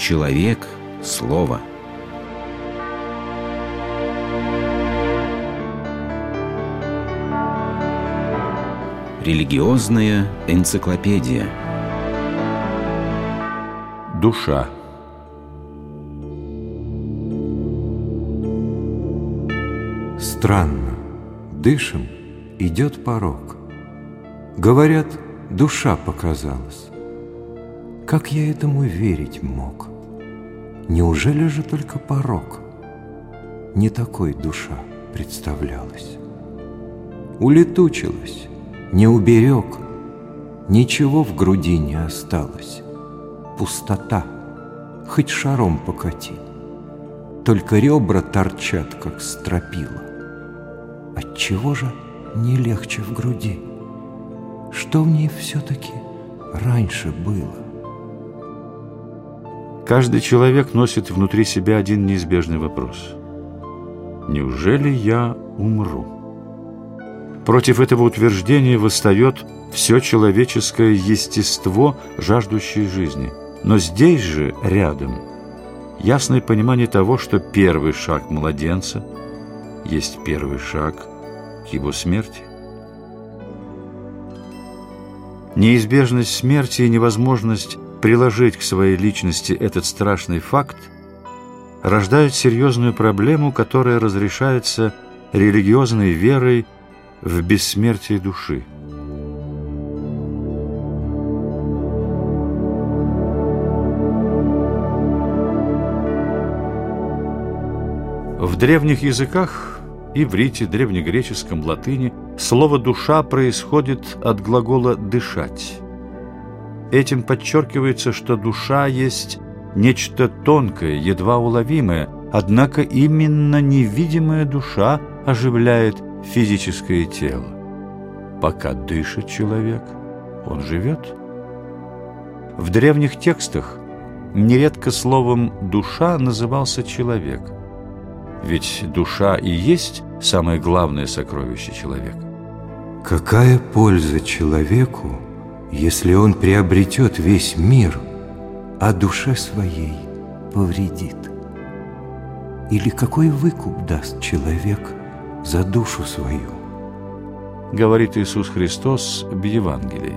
человек – слово. Религиозная энциклопедия. Душа. Странно, дышим, идет порог. Говорят, душа показалась. Как я этому верить мог? Неужели же только порог? Не такой душа представлялась. Улетучилась, не уберег, ничего в груди не осталось. Пустота, хоть шаром покати, только ребра торчат, как стропила. Отчего же не легче в груди? Что в ней все-таки раньше было? Каждый человек носит внутри себя один неизбежный вопрос. Неужели я умру? Против этого утверждения восстает все человеческое естество, жаждущее жизни. Но здесь же, рядом, ясное понимание того, что первый шаг младенца есть первый шаг к его смерти. Неизбежность смерти и невозможность приложить к своей личности этот страшный факт рождают серьезную проблему, которая разрешается религиозной верой в бессмертие души. В древних языках, иврите, древнегреческом, латыни, слово «душа» происходит от глагола «дышать». Этим подчеркивается, что душа есть нечто тонкое, едва уловимое, однако именно невидимая душа оживляет физическое тело. Пока дышит человек, он живет. В древних текстах нередко словом «душа» назывался человек. Ведь душа и есть самое главное сокровище человека. Какая польза человеку, если он приобретет весь мир, а душе своей повредит? Или какой выкуп даст человек за душу свою? Говорит Иисус Христос в Евангелии.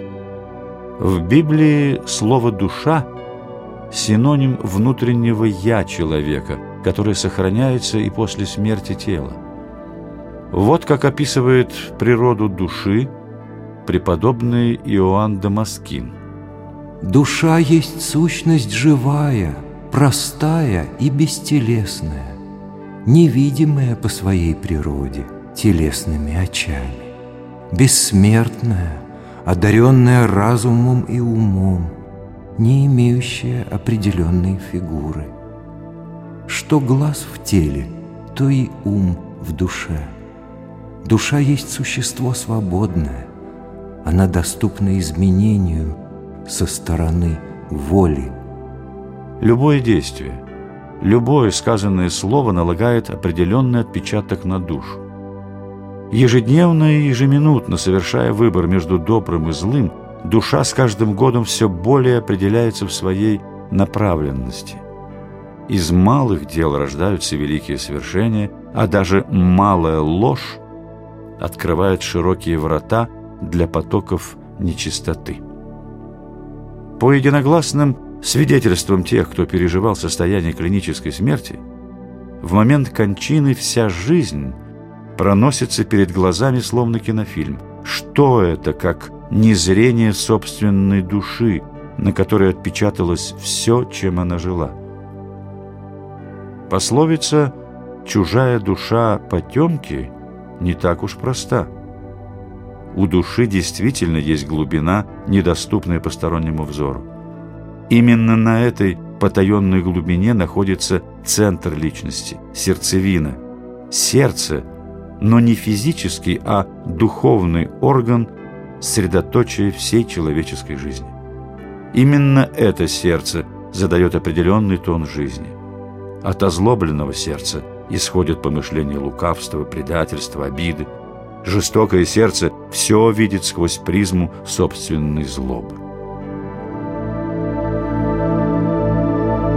В Библии слово «душа» – синоним внутреннего «я» человека, которое сохраняется и после смерти тела. Вот как описывает природу души преподобный Иоанн Дамаскин. Душа есть сущность живая, простая и бестелесная, невидимая по своей природе телесными очами, бессмертная, одаренная разумом и умом, не имеющая определенной фигуры. Что глаз в теле, то и ум в душе. Душа есть существо свободное, она доступна изменению со стороны воли. Любое действие, любое сказанное слово налагает определенный отпечаток на душу. Ежедневно и ежеминутно совершая выбор между добрым и злым, душа с каждым годом все более определяется в своей направленности. Из малых дел рождаются великие свершения, а даже малая ложь открывает широкие врата для потоков нечистоты. По единогласным свидетельствам тех, кто переживал состояние клинической смерти, в момент кончины вся жизнь проносится перед глазами словно кинофильм. Что это, как незрение собственной души, на которой отпечаталось все, чем она жила? Пословица «чужая душа потемки» не так уж проста. У души действительно есть глубина, недоступная постороннему взору. Именно на этой потаенной глубине находится центр личности, сердцевина. Сердце, но не физический, а духовный орган, средоточие всей человеческой жизни. Именно это сердце задает определенный тон жизни. От озлобленного сердца исходят помышления лукавства, предательства, обиды. Жестокое сердце все видит сквозь призму собственной злобы.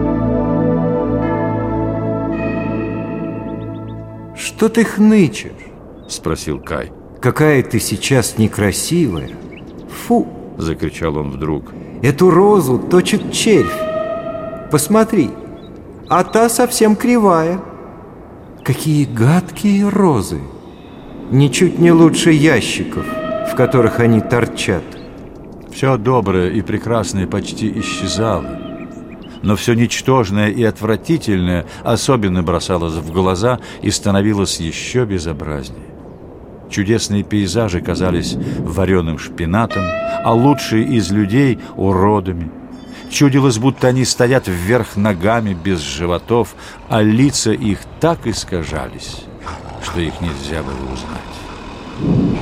Что ты хнычешь? — спросил Кай. Какая ты сейчас некрасивая. Фу! — закричал он вдруг. Эту розу точит червь. Посмотри, а та совсем кривая. Какие гадкие розы! Ничуть не лучше ящиков, в которых они торчат. Все доброе и прекрасное почти исчезало, но все ничтожное и отвратительное особенно бросалось в глаза и становилось еще безобразнее. Чудесные пейзажи казались вареным шпинатом, а лучшие из людей — уродами. Чудилось, будто они стоят вверх ногами, без животов, а лица их так искажались, что их нельзя было узнать.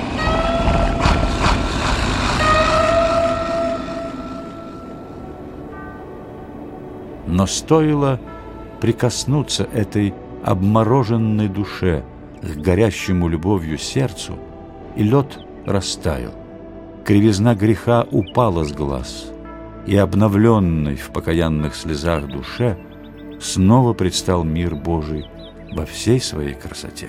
Но стоило прикоснуться этой обмороженной душе к горящему любовью сердцу, и лед растаял. Кривизна греха упала с глаз, и обновленной в покаянных слезах душе снова предстал мир Божий во всей своей красоте.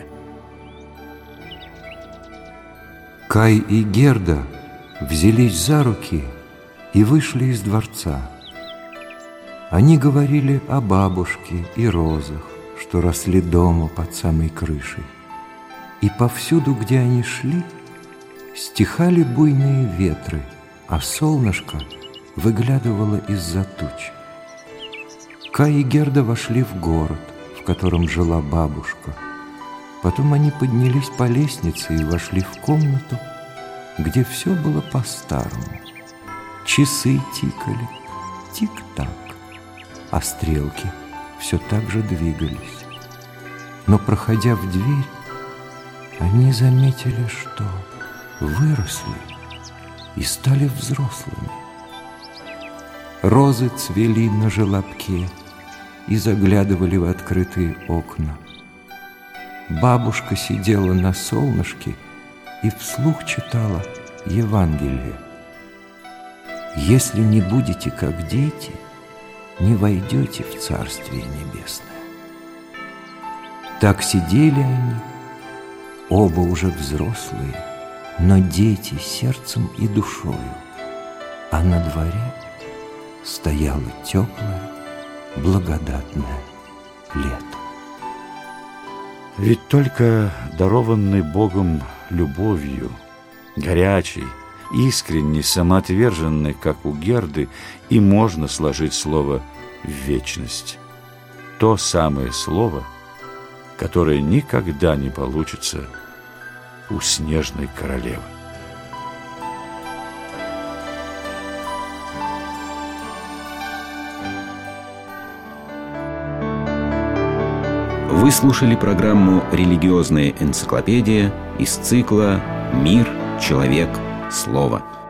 Кай и Герда взялись за руки и вышли из дворца. Они говорили о бабушке и розах, что росли дома под самой крышей. И повсюду, где они шли, стихали буйные ветры, а солнышко выглядывало из-за туч. Кай и Герда вошли в город, в котором жила бабушка. Потом они поднялись по лестнице и вошли в комнату, где все было по-старому. Часы тикали, тик-так, а стрелки все так же двигались. Но, проходя в дверь, они заметили, что выросли и стали взрослыми. Розы цвели на желобке и заглядывали в открытые окна. Бабушка сидела на солнышке и вслух читала Евангелие. «Если не будете как дети, не войдете в Царствие Небесное». Так сидели они, оба уже взрослые, но дети сердцем и душою, а на дворе стояло теплое, благодатное лето. Ведь только дарованный Богом любовью, горячей, искренней, самоотверженной, как у Герды, и можно сложить слово «вечность». То самое слово, которое никогда не получится у снежной королевы. Вы слушали программу «Религиозная энциклопедия» из цикла «Мир, человек, слово».